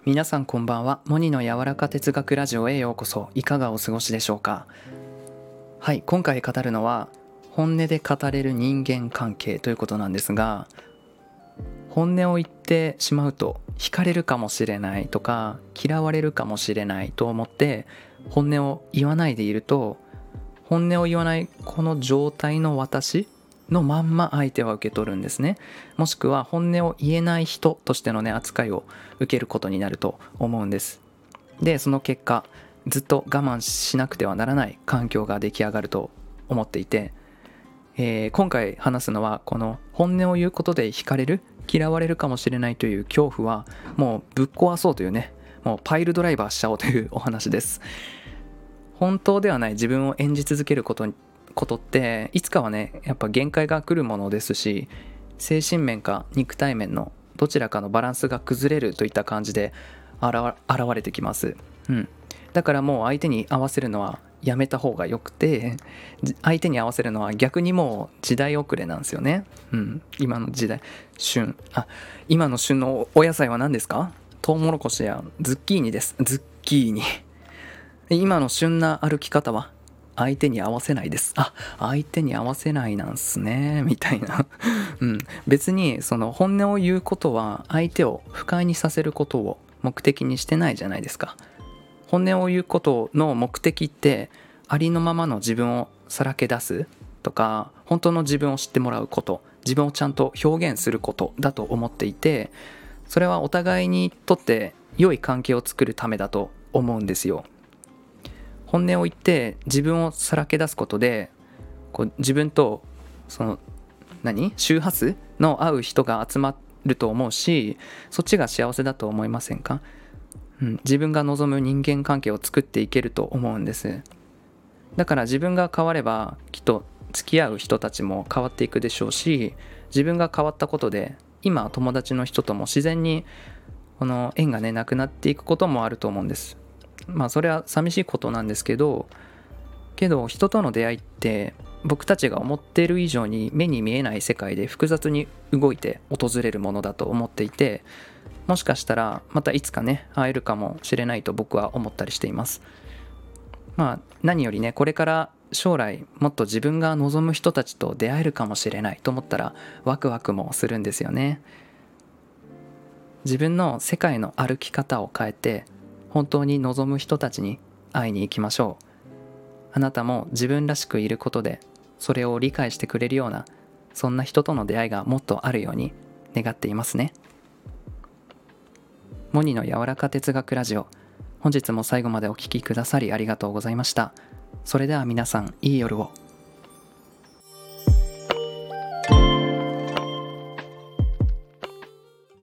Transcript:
皆さんこんばんは。モニの柔らか哲学ラジオへようこそ。いかがお過ごしでしょうか。はい、今回語るのは本音で語れる人間関係ということなんですが、本音を言ってしまうと惹かれるかもしれないとか嫌われるかもしれないと思って本音を言わないでいると、本音を言わないこの状態の私のまんま相手は受け取るんですね。もしくは本音を言えない人としてのね扱いを受けることになると思うんです。でその結果、ずっと我慢しなくてはならない環境が出来上がると思っていて、今回話すのはこの本音を言うことで惹かれる嫌われるかもしれないという恐怖はもうぶっ壊そうというね、もうパイルドライバーしちゃおうというお話です。本当ではない自分を演じ続けることっていつかはねやっぱ限界が来るものですし、精神面か肉体面のどちらかのバランスが崩れるといった感じで現れてきます。だからもう相手に合わせるのはやめた方がよくて、相手に合わせるのは逆にもう時代遅れなんですよね。今の時代今の旬のお野菜は何ですか？トウモロコシやズッキーニです。ズッキーニ。今の旬な歩き方は相手に合わせないです。相手に合わせないなんすねみたいな別にその本音を言うことは相手を不快にさせることを目的にしてないじゃないですか。本音を言うことの目的ってありのままの自分をさらけ出すとか、本当の自分を知ってもらうこと、自分をちゃんと表現することだと思っていて、それはお互いにとって良い関係を作るためだと思うんですよ。本音を言って自分をさらけ出すことで自分とその周波数の合う人が集まると思うし、そっちが幸せだと思いませんか？自分が望む人間関係を作っていけると思うんです。だから自分が変わればきっと付き合う人たちも変わっていくでしょうし、自分が変わったことで今友達の人とも自然にこの縁がねなくなっていくこともあると思うんです。それは寂しいことなんですけど人との出会いって僕たちが思っている以上に目に見えない世界で複雑に動いて訪れるものだと思っていて、もしかしたらまたいつかね会えるかもしれないと僕は思ったりしています。何よりねこれから将来もっと自分が望む人たちと出会えるかもしれないと思ったらワクワクもするんですよね。自分の世界の歩き方を変えて本当に望む人たちに会いに行きましょう。あなたも自分らしくいることでそれを理解してくれるような、そんな人との出会いがもっとあるように願っていますね。モニの柔らか哲学ラジオ、本日も最後までお聞きくださりありがとうございました。それでは皆さん、いい夜を。